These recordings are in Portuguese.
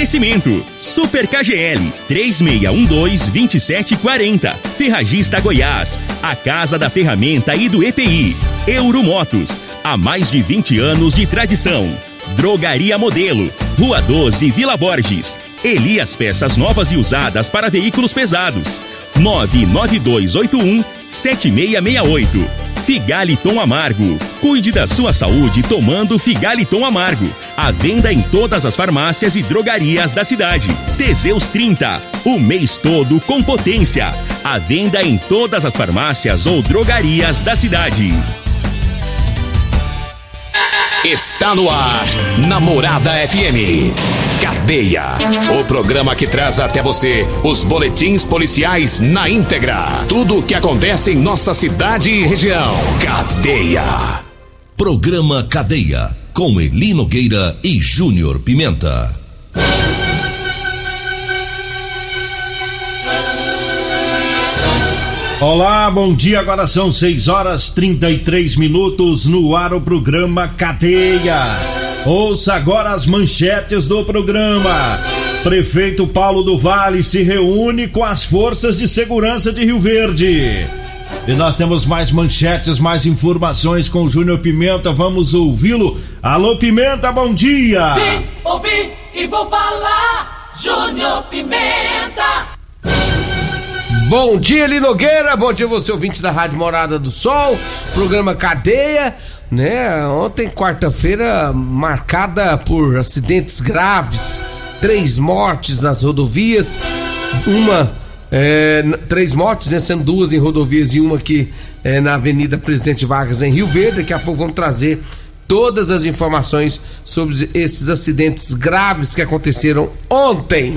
Oferecimento Super KGL 3612-2740. Ferragista Goiás, a casa da ferramenta e do EPI. Euromotos, há mais de 20 anos de tradição. Drogaria Modelo, Rua 12, Vila Borges. Elias Peças Novas e Usadas para Veículos Pesados. 99281-7668. Figaliton Amargo. Cuide da sua saúde tomando Figaliton Amargo. À venda em todas as farmácias e drogarias da cidade. Teseus 30. O mês todo com potência. À venda em todas as farmácias ou drogarias da cidade. Está no ar, Namorada FM. Cadeia, o programa que traz até você os boletins policiais na íntegra. Tudo o que acontece em nossa cidade e região. Cadeia. Programa Cadeia, com Eli Nogueira e Júnior Pimenta. Olá, bom dia, agora são 6h33, no ar o programa Cadeia. Ouça agora as manchetes do programa. Prefeito Paulo do Vale se reúne com as forças de segurança de Rio Verde. E nós temos mais manchetes, mais informações com o Júnior Pimenta, vamos ouvi-lo. Alô Pimenta, bom dia! Vim, ouvi e vou falar, Júnior Pimenta! Bom dia, Eli Nogueira, bom dia você ouvinte da Rádio Morada do Sol, programa Cadeia, né? Ontem, quarta-feira, marcada por acidentes graves, 3 mortes nas rodovias, 3 mortes, né? Sendo 2 em rodovias e uma aqui na Avenida Presidente Vargas, em Rio Verde. Daqui a pouco vamos trazer todas as informações sobre esses acidentes graves que aconteceram ontem.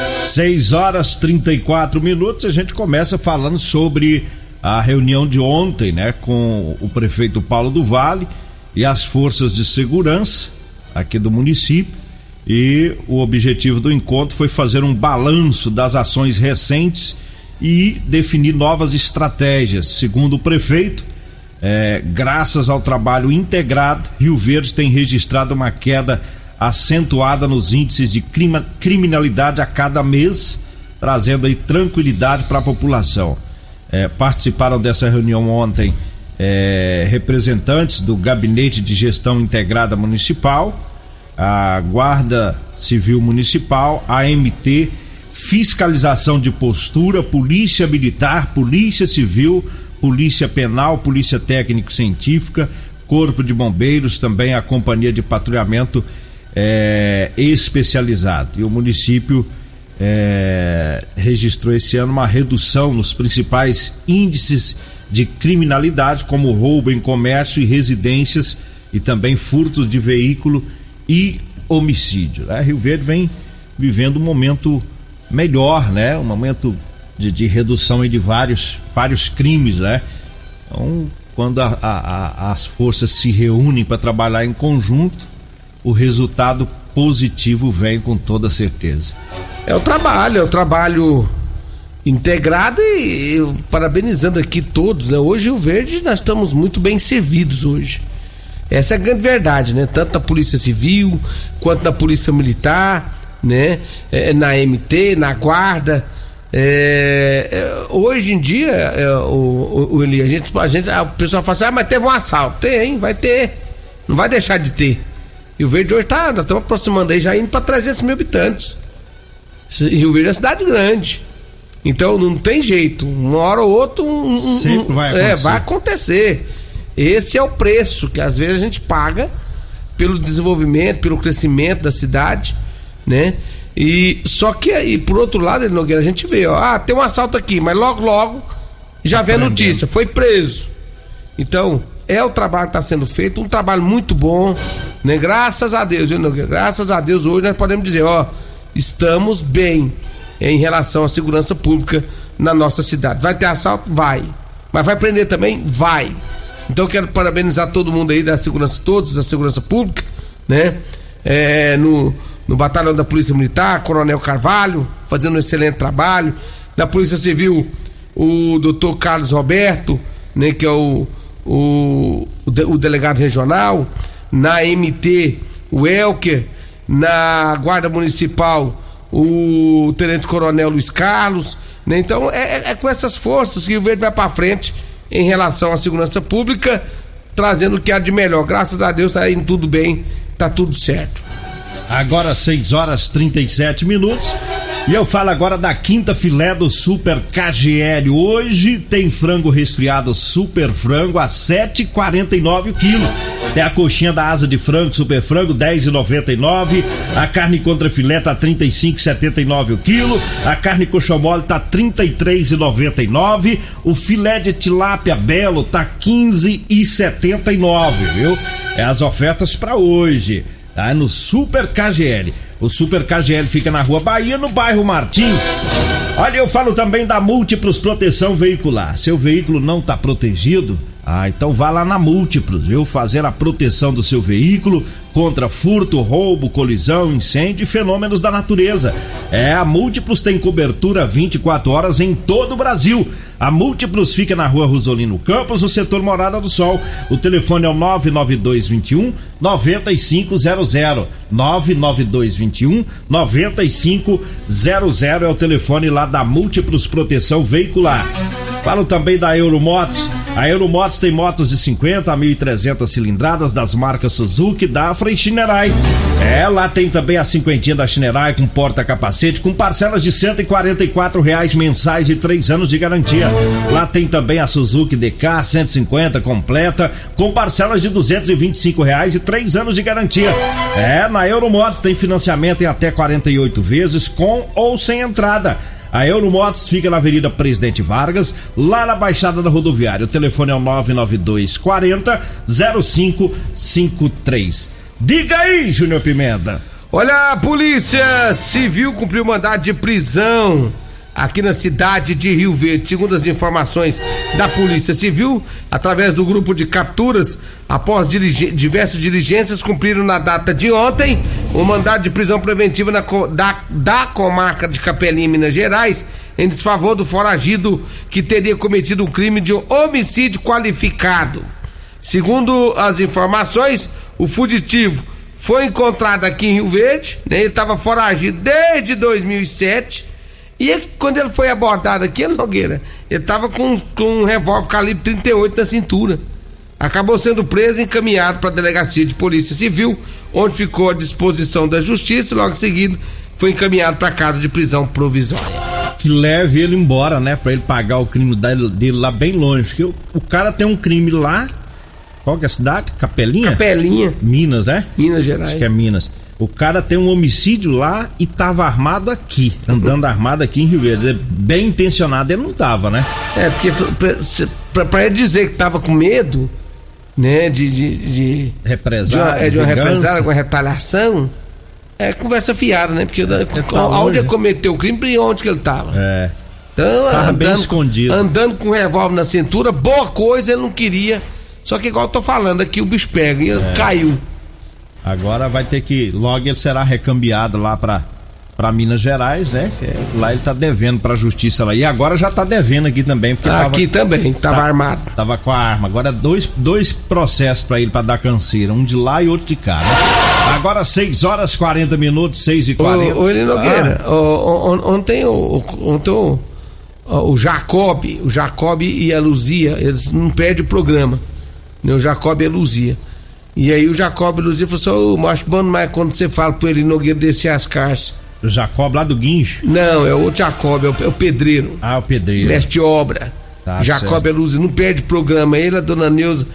6h34, a gente começa falando sobre a reunião de ontem, né, com o prefeito Paulo do Vale e as forças de segurança aqui do município, e o objetivo do encontro foi fazer um balanço das ações recentes e definir novas estratégias. Segundo o prefeito, graças ao trabalho integrado, Rio Verde tem registrado uma queda acentuada nos índices de criminalidade a cada mês, trazendo aí tranquilidade para a população. Participaram dessa reunião ontem representantes do Gabinete de Gestão Integrada Municipal, a Guarda Civil Municipal, a AMT, Fiscalização de Postura, Polícia Militar, Polícia Civil, Polícia Penal, Polícia Técnico-Científica, Corpo de Bombeiros, também a Companhia de Patrulhamento especializado. E o município registrou esse ano uma redução nos principais índices de criminalidade, como roubo em comércio e residências, e também furtos de veículo e homicídio. Rio Verde vem vivendo um momento melhor, né? Um momento de redução aí de vários crimes, né? Então, quando as forças se reúnem para trabalhar em conjunto, o resultado positivo vem com toda certeza. É o trabalho integrado, e eu parabenizando aqui todos, né? Hoje o Verde nós estamos muito bem servidos hoje. Essa é a grande verdade, né? Tanto na Polícia Civil quanto na Polícia Militar, né? Na MT, na Guarda. Hoje em dia, o pessoal fala assim, mas teve um assalto. Tem, vai ter. Não vai deixar de ter. E o Verde hoje nós estamos aproximando aí, já indo para 300 mil habitantes. Rio Verde é uma cidade grande. Então não tem jeito. Uma hora ou outra sempre vai acontecer. Vai acontecer. Esse é o preço que às vezes a gente paga pelo desenvolvimento, pelo crescimento da cidade, né? E só que aí, por outro lado, Nogueira, a gente vê, tem um assalto aqui, mas logo já vê a notícia, foi preso. Então, é o trabalho que está sendo feito, um trabalho muito bom, né? Graças a Deus, viu, Nogueira? Graças a Deus, hoje nós podemos dizer, estamos bem em relação à segurança pública na nossa cidade. Vai ter assalto? Vai. Mas vai prender também? Vai. Então eu quero parabenizar todo mundo aí da segurança, todos da segurança pública, né? No batalhão da Polícia Militar, Coronel Carvalho, fazendo um excelente trabalho. Da Polícia Civil, o Dr. Carlos Roberto, né? Que é o delegado regional. Na MT, o Elker. Na Guarda Municipal, o Tenente Coronel Luiz Carlos, né? Então é com essas forças que o Rio Verde vai para frente em relação à segurança pública, trazendo o que há de melhor. Graças a Deus tá indo tudo bem, tá tudo certo. Agora 6h37. E eu falo agora da quinta filé do Super KGL. Hoje tem frango resfriado Super Frango a 7,49 o quilo. Tem a coxinha da asa de frango Super Frango 10,99. A carne contra filé tá 35,79 o quilo. A carne coxão mole tá 33,99. O filé de tilápia belo tá 15,79, viu? É as ofertas para hoje. Tá no Super KGL. O Super KGL fica na Rua Bahia, no bairro Martins. Olha, eu falo também da Múltiplos Proteção Veicular. Seu veículo não tá protegido? Então vá lá na Múltiplos, viu? Fazer a proteção do seu veículo contra furto, roubo, colisão, incêndio e fenômenos da natureza. A Múltiplos tem cobertura 24 horas em todo o Brasil. A Múltiplos fica na Rua Rosolino Campos, no setor Morada do Sol. O telefone é o 99221-9500. 99221-9500 é o telefone lá da Múltiplos Proteção Veicular. Falo também da Euromotos. A Euromotos tem motos de 50 a 1.300 cilindradas das marcas Suzuki, Dafra e Shinerai. Lá tem também a cinquentinha da Shinerai com porta-capacete, com parcelas de R$144 mensais e 3 anos de garantia. Lá tem também a Suzuki DK 150 completa, com parcelas de R$225 e 3 anos de garantia. Na Euromotos tem financiamento em até 48 vezes, com ou sem entrada. A Euromotos fica na Avenida Presidente Vargas, lá na Baixada da Rodoviária. O telefone é o 99240-0553. Diga aí, Júnior Pimenta. Olha, a Polícia Civil cumpriu mandado de prisão aqui na cidade de Rio Verde. Segundo as informações da Polícia Civil, através do grupo de capturas, após diversas diligências, cumpriram na data de ontem o mandado de prisão preventiva da comarca de Capelinha, Minas Gerais, em desfavor do foragido que teria cometido um crime de homicídio qualificado. Segundo as informações, o fugitivo foi encontrado aqui em Rio Verde, né? Ele estava foragido desde 2007. E quando ele foi abordado aqui, Nogueira, ele estava com um revólver calibre 38 na cintura. Acabou sendo preso e encaminhado para a delegacia de Polícia Civil, onde ficou à disposição da Justiça e logo em seguida foi encaminhado para a casa de prisão provisória. Que leve ele embora, né? Para ele pagar o crime dele lá bem longe. Porque o cara tem um crime lá. Qual que é a cidade? Capelinha? Capelinha. Minas, né? Minas Gerais. Acho que é Minas. O cara tem um homicídio lá e tava armado aqui, andando armado aqui em Rio Verde. Bem intencionado ele não tava, né? Porque pra ele dizer que tava com medo, né, de represália, de uma represália, uma retaliação, é conversa fiada, né? Porque onde ele cometeu o crime e onde que ele tava. Então, tava bem escondido. Andando com um revólver na cintura, boa coisa, ele não queria. Só que igual eu tô falando, aqui o bicho pega e ele caiu. Agora vai ter que, logo ele será recambiado lá pra Minas Gerais, né? Lá ele tá devendo pra justiça lá. E agora já tá devendo aqui também. Porque aqui também, tava armado. Tava com a arma. Agora dois processos pra ele pra dar canseira. Um de lá e outro de cá, né? Agora 6h40, 6h40. Ô Eli Nogueira, ontem o Jacob e a Luzia, eles não perdem o programa. Né? O Jacob e a Luzia. E aí o Jacob e o Luzia falou assim: ô, macho bom, mas quando você fala pro Eli Nogueira descer as carças. O Jacob lá do Guincho? Não, é o outro Jacob, é o pedreiro. O pedreiro. Mestre de obra. Tá, Jacob e a Luzia, não perde programa. Ele, a dona Neuza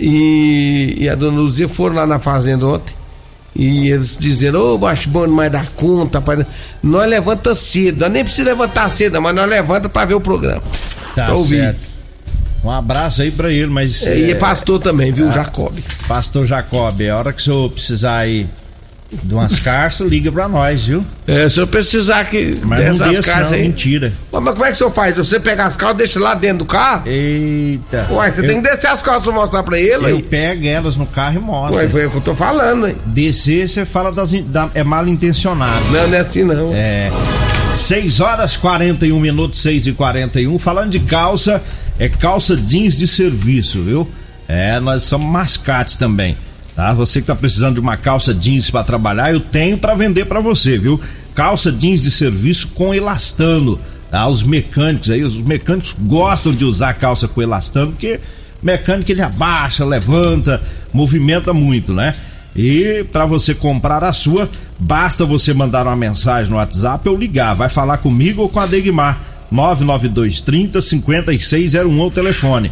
e a dona Luzia foram lá na fazenda ontem. E eles dizendo: ô, macho bom, mas dá conta, rapaz. Nós levanta cedo, nós nem precisa levantar cedo, mas nós levanta pra ver o programa. Tá pra ouvir. Certo. Um abraço aí pra ele, mas... E é pastor também, viu, Jacob? Pastor Jacob, a hora que o senhor precisar aí de umas carças, liga pra nós, viu? Se eu precisar dessas carças aí... mentira. Mas como é que o senhor faz? Você pega as calças, deixa lá dentro do carro? Eita. Ué, você tem que descer as calças pra mostrar pra ele, Eu pego elas no carro e mostro. Ué, foi o que eu tô falando, hein? Descer, você fala é mal intencionado. Não é assim não. 6h41, 6h41, falando de calça... É calça jeans de serviço, viu? Nós somos mascates também, tá? Você que tá precisando de uma calça jeans para trabalhar, eu tenho para vender para você, viu? calça jeans de serviço com elastano, tá? Os mecânicos gostam de usar calça com elastano, porque mecânico ele abaixa, levanta, movimenta muito, né? E para você comprar a sua, basta você mandar uma mensagem no WhatsApp ou ligar, vai falar comigo ou com a Degmar, 99230-5601 o telefone,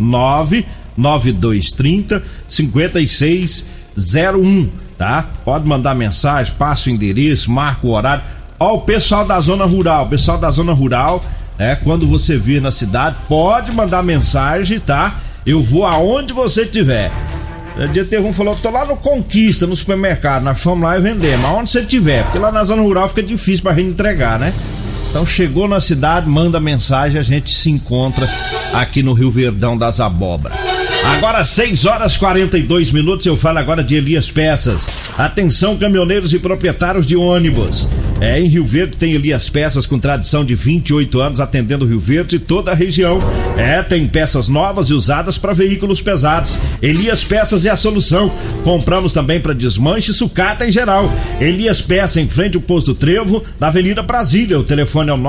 99230-5601, tá? Pode mandar mensagem, passa o endereço, marca o horário. Ó, o pessoal da zona rural, quando você vir na cidade, pode mandar mensagem, tá? Eu vou aonde você estiver. O dia teve um falou, tô lá no Conquista, no supermercado, nós fomos lá e vendemos, aonde você estiver, porque lá na zona rural fica difícil pra gente entregar, né? Então chegou na cidade, manda mensagem, a gente se encontra aqui no Rio Verdão das Abóboras. Agora 6h42, eu falo agora de Elias Peças. Atenção, caminhoneiros e proprietários de ônibus. Em Rio Verde tem Elias Peças com tradição de 28 anos atendendo Rio Verde e toda a região. Tem peças novas e usadas para veículos pesados. Elias Peças é a solução. Compramos também para desmanche e sucata em geral. Elias Peças em frente ao Posto Trevo, na Avenida Brasília. O telefone é o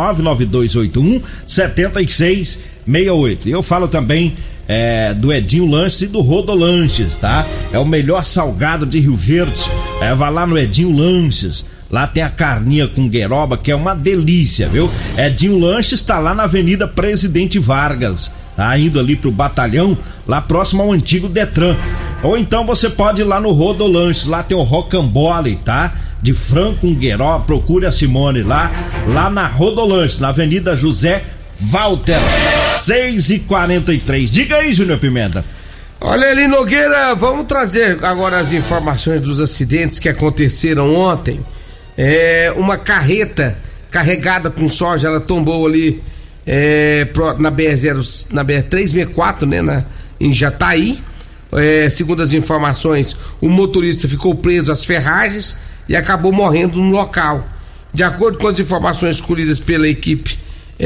99281-7668. Eu falo também do Edinho Lanches e do Rodolanches, tá? É o melhor salgado de Rio Verde. Vai lá no Edinho Lanches. Lá tem a carninha com gueroba, que é uma delícia, viu? Edinho Lanches tá lá na Avenida Presidente Vargas, tá? Indo ali pro batalhão, lá próximo ao antigo Detran. Ou então você pode ir lá no Rodolanches, lá tem o Rocambole, tá? De frango com gueroba, procure a Simone lá na Rodolanches, na Avenida José Walter, 6h43. Diga aí, Júnior Pimenta. Olha ali, Nogueira, vamos trazer agora as informações dos acidentes que aconteceram ontem. Uma carreta carregada com soja, ela tombou ali na BR-364, né, em Jataí. Segundo as informações, o motorista ficou preso às ferragens e acabou morrendo no local. De acordo com as informações colhidas pela equipe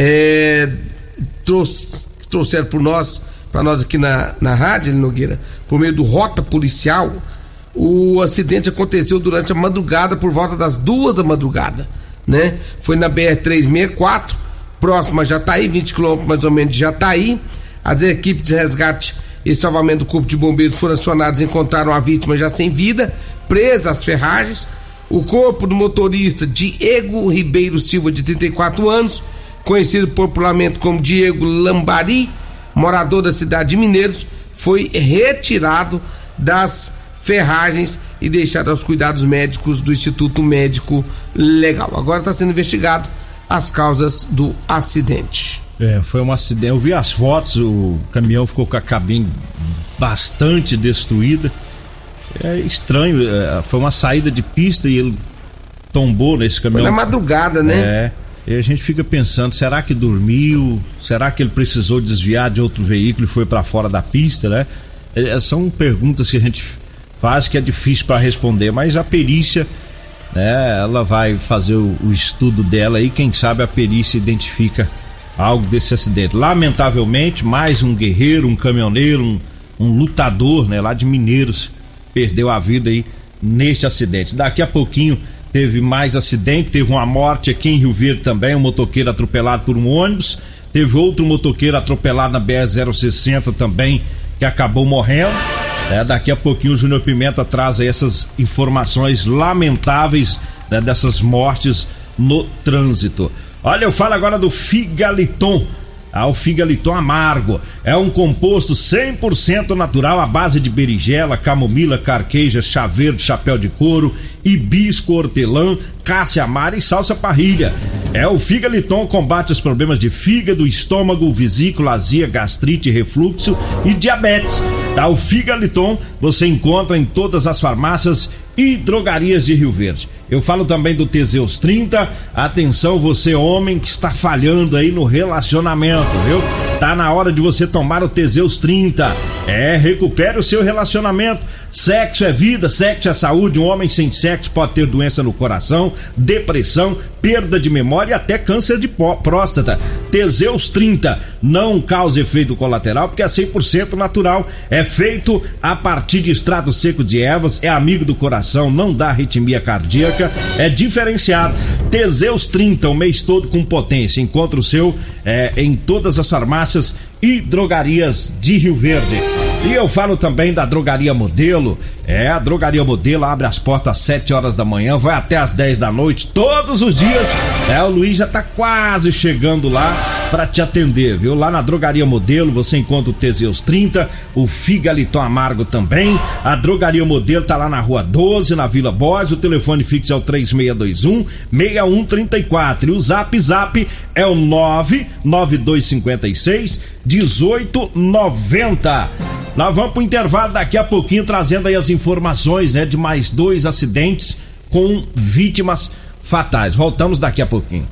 trouxeram para nós aqui na rádio, Nogueira, por meio do Rota Policial, o acidente aconteceu durante a madrugada, por volta das 2 da madrugada, né? Foi na BR-364, próximo a Jataí, 20 km mais ou menos de Jataí. As equipes de resgate e salvamento do Corpo de Bombeiros foram acionados e encontraram a vítima já sem vida, presa às ferragens. O corpo do motorista Diego Ribeiro Silva, de 34 anos, conhecido popularmente como Diego Lambari, morador da cidade de Mineiros, foi retirado das ferragens e deixado aos cuidados médicos do Instituto Médico Legal. Agora está sendo investigado as causas do acidente. Foi um acidente, eu vi as fotos, o caminhão ficou com a cabine bastante destruída. É estranho, foi uma saída de pista e ele tombou nesse caminhão. Foi na madrugada, né? E a gente fica pensando, será que dormiu? Será que ele precisou desviar de outro veículo e foi para fora da pista, né? São perguntas que a gente faz que é difícil para responder, mas a perícia, né, ela vai fazer o estudo dela e quem sabe a perícia identifica algo desse acidente. Lamentavelmente, mais um guerreiro, um caminhoneiro, um lutador, né, lá de Mineiros, perdeu a vida aí neste acidente. Daqui a pouquinho teve mais acidente, teve uma morte aqui em Rio Verde também, um motoqueiro atropelado por um ônibus, teve outro motoqueiro atropelado na BR-060 também, que acabou morrendo. Daqui a pouquinho o Júnior Pimenta traz aí essas informações lamentáveis, né, dessas mortes no trânsito. Olha, eu falo agora do Figaliton. O Figaliton Amargo é um composto 100% natural à base de berinjela, camomila, carqueja, chá verde, chapéu de couro, hibisco, hortelã, cássia amara e salsa parrilha. O Figaliton combate os problemas de fígado, estômago, vesícula, azia, gastrite, refluxo e diabetes. O Figaliton você encontra em todas as farmácias e drogarias de Rio Verde. Eu falo também do Teseus 30. Atenção, você homem que está falhando aí no relacionamento, viu? Tá na hora de você tomar o Teseus 30. Recupere o seu relacionamento. Sexo é vida, sexo é saúde. Um homem sem sexo pode ter doença no coração, depressão, perda de memória e até câncer de próstata. Teseus 30 não causa efeito colateral porque é 100% natural. É feito a partir de extrato seco de ervas, é amigo do coração, não dá arritmia cardíaca, é diferenciado. Teseus 30, o mês todo com potência. Encontra o seu em todas as farmácias e drogarias de Rio Verde. E eu falo também da Drogaria Modelo. A Drogaria Modelo abre as portas às 7 horas da manhã, vai até às 10 da noite, todos os dias. O Luiz já tá quase chegando lá para te atender, viu? Lá na Drogaria Modelo você encontra o Teseus 30, o Figaliton Amargo também. A Drogaria Modelo tá lá na Rua 12, na Vila Borges. O telefone fixo é o 3621-6134. E o Zap é o 99256-1890. Nós vamos pro intervalo daqui a pouquinho, trazendo aí as informações, de mais 2 acidentes com vítimas fatais. Voltamos daqui a pouquinho.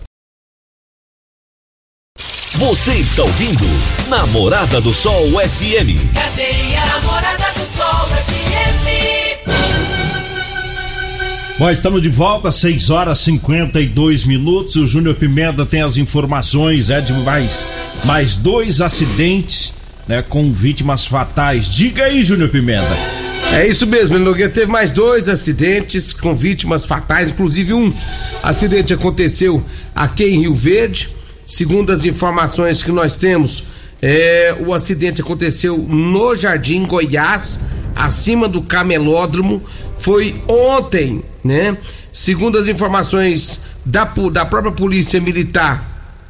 Você está ouvindo Namorada do Sol FM. Cadeia Namorada do Sol FM. Bom, estamos de volta, 6 horas 52 minutos. O Júnior Pimenta tem as informações de mais 2 acidentes, com vítimas fatais. Diga aí, Júnior Pimenta. É isso mesmo, Nogueira. Teve mais 2 acidentes com vítimas fatais, inclusive um acidente aconteceu aqui em Rio Verde. Segundo as informações que nós temos, o acidente aconteceu no Jardim Goiás, acima do Camelódromo. Foi ontem, Segundo as informações da própria Polícia Militar,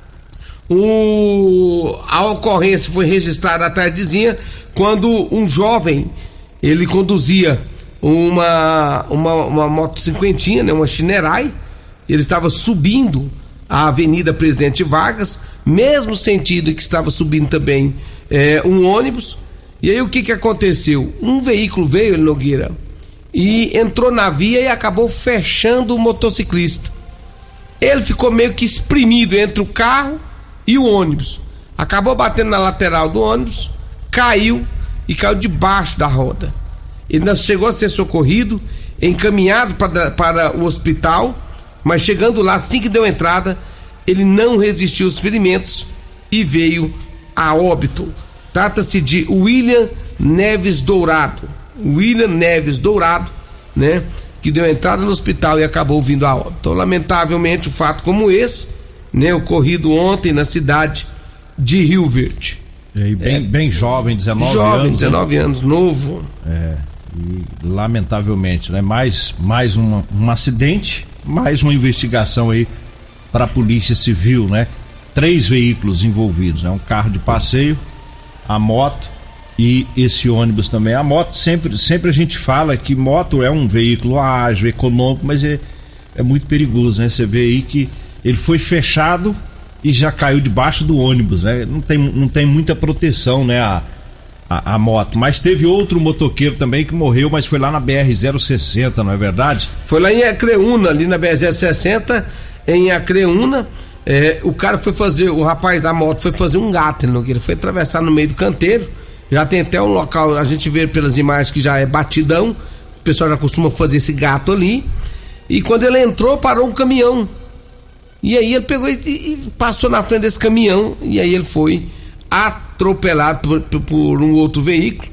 a ocorrência foi registrada à tardezinha, quando um jovem, ele conduzia uma moto cinquentinha, uma Shinerai. Ele estava subindo a Avenida Presidente Vargas, mesmo sentido que estava subindo também um ônibus. E aí o que aconteceu? Um veículo veio, Nogueira, e entrou na via e acabou fechando o motociclista. Ele ficou meio que espremido entre o carro e o ônibus, acabou batendo na lateral do ônibus, caiu debaixo da roda. Ele não chegou a ser socorrido, encaminhado para o hospital, mas chegando lá, assim que deu entrada, ele não resistiu aos ferimentos e veio a óbito. Trata-se de William Neves Dourado, que deu entrada no hospital e acabou vindo a óbito. Então, lamentavelmente, um fato como esse, ocorrido ontem na cidade de Rio Verde. E bem jovem, 19 anos. Jovem, 19 anos, novo. E lamentavelmente, mais um acidente, mais uma investigação aí para a Polícia Civil, 3 veículos envolvidos, um carro de passeio, a moto e esse ônibus também. A moto, sempre a gente fala que moto é um veículo ágil, econômico, mas é muito perigoso, Você vê aí que ele foi fechado e já caiu debaixo do ônibus, Não tem muita proteção, a moto. Mas teve outro motoqueiro também que morreu, mas foi lá na BR-060, não é verdade? Foi lá em Acreúna, ali na BR-060, em Acreúna. O rapaz da moto foi fazer um gato, ele foi atravessar no meio do canteiro. Já tem até um local, a gente vê pelas imagens que já é batidão. O pessoal já costuma fazer esse gato ali. E quando ele entrou, parou um caminhão. E aí ele pegou e passou na frente desse caminhão. E aí ele foi atropelado por um outro veículo,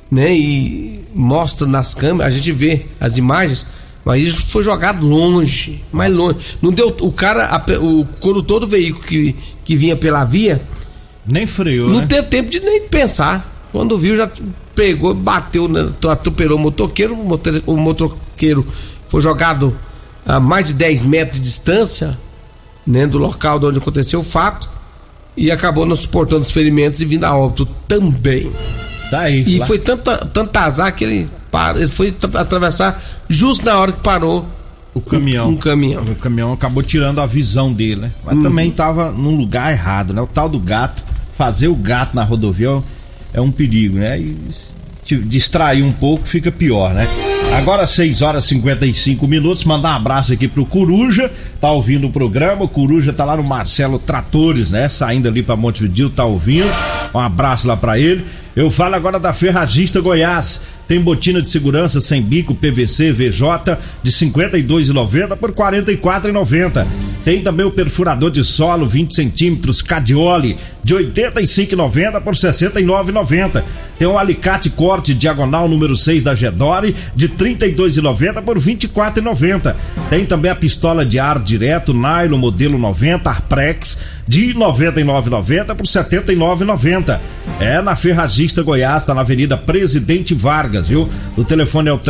E mostra nas câmeras, a gente vê as imagens, mas ele foi jogado longe, mais longe. Não deu, o condutor do veículo que vinha pela via nem freou, não teve tempo de nem pensar. Quando viu, já pegou, bateu, atropelou o motoqueiro. O motoqueiro foi jogado a mais de 10 metros de distância, do local de onde aconteceu o fato, e acabou não suportando os ferimentos e vindo a óbito também. Daí, e foi tanto azar que ele foi atravessar justo na hora que parou o caminhão. Um caminhão. O caminhão acabou tirando a visão dele, Mas também estava num lugar errado, O tal do gato, fazer o gato na rodovia é um perigo, E te distrair um pouco fica pior, Agora 6 horas e 55 minutos, mandar um abraço aqui pro Coruja, tá ouvindo o programa. O Coruja tá lá no Marcelo Tratores, Saindo ali pra Montevidéu, tá ouvindo. Um abraço lá pra ele. Eu falo agora da Ferragista Goiás. Tem botina de segurança sem bico PVC VJ de R$ 52,90 por R$ 44,90. Tem também o perfurador de solo 20 centímetros Cadioli de R$ 85,90 por R$ 69,90. Tem o alicate corte diagonal número 6 da Gedore de R$ 32,90 por R$ 24,90. Tem também a pistola de ar direto nylon modelo 90 Arprex de R$ 99,90 por R$ 79,90. É na Ferragista Goiás, tá na Avenida Presidente Vargas, viu? O telefone é o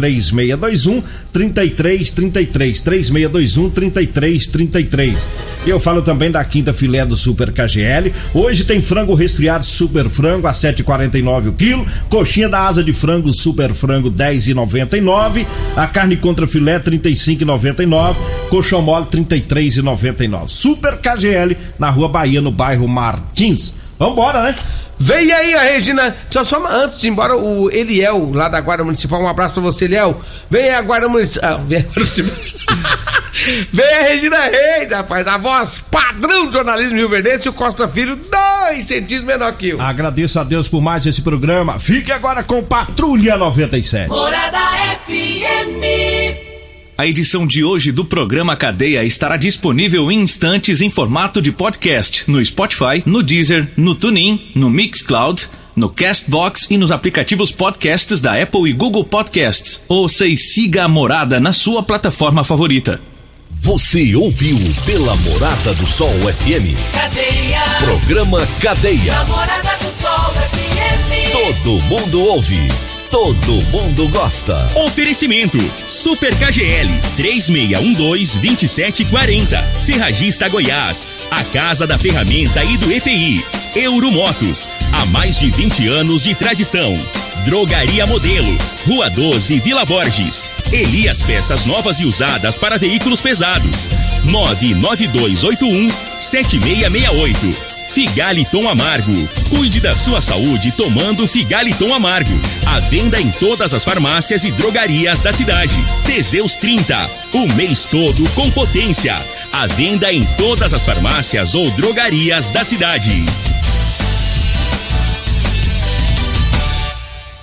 3621-3333, 3621-3333. E eu falo também da quinta filé do Super KGL. Hoje tem frango resfriado Super Frango a 7,49 o quilo, coxinha da asa de frango Super Frango 10,99, a carne contra filé 35,99, coxão mole 33,99. Super KGL na Rua Bahia, no bairro Martins. Vambora, né? Vem aí a Regina, só antes de ir embora, o Eliel, lá da Guarda Municipal, um abraço pra você, Eliel. Vem aí a Guarda Municipal. Vem a Regina Reis, rapaz, a voz padrão do jornalismo rio-verdense, e o Costa Filho, 2 centímetros menor que eu. Agradeço a Deus por mais esse programa. Fique agora com Patrulha 97. Morada FM. A edição de hoje do programa Cadeia estará disponível em instantes em formato de podcast no Spotify, no Deezer, no TuneIn, no Mixcloud, no Castbox e nos aplicativos podcasts da Apple e Google Podcasts. Ouça e siga a Morada na sua plataforma favorita. Você ouviu pela Morada do Sol FM. Cadeia. Programa Cadeia. Morada do Sol FM. Todo mundo ouve. Todo mundo gosta. Oferecimento Super KGL 3612-2740. Ferragista Goiás, a casa da ferramenta e do EPI. Euromotos, há mais de 20 anos de tradição. Drogaria Modelo, Rua 12, Vila Borges. Elias Peças Novas e Usadas para Veículos Pesados. 99281-7668. Figaliton Amargo. Cuide da sua saúde tomando Figaliton Amargo. À venda em todas as farmácias e drogarias da cidade. Teseus 30. O mês todo com potência. À venda em todas as farmácias ou drogarias da cidade.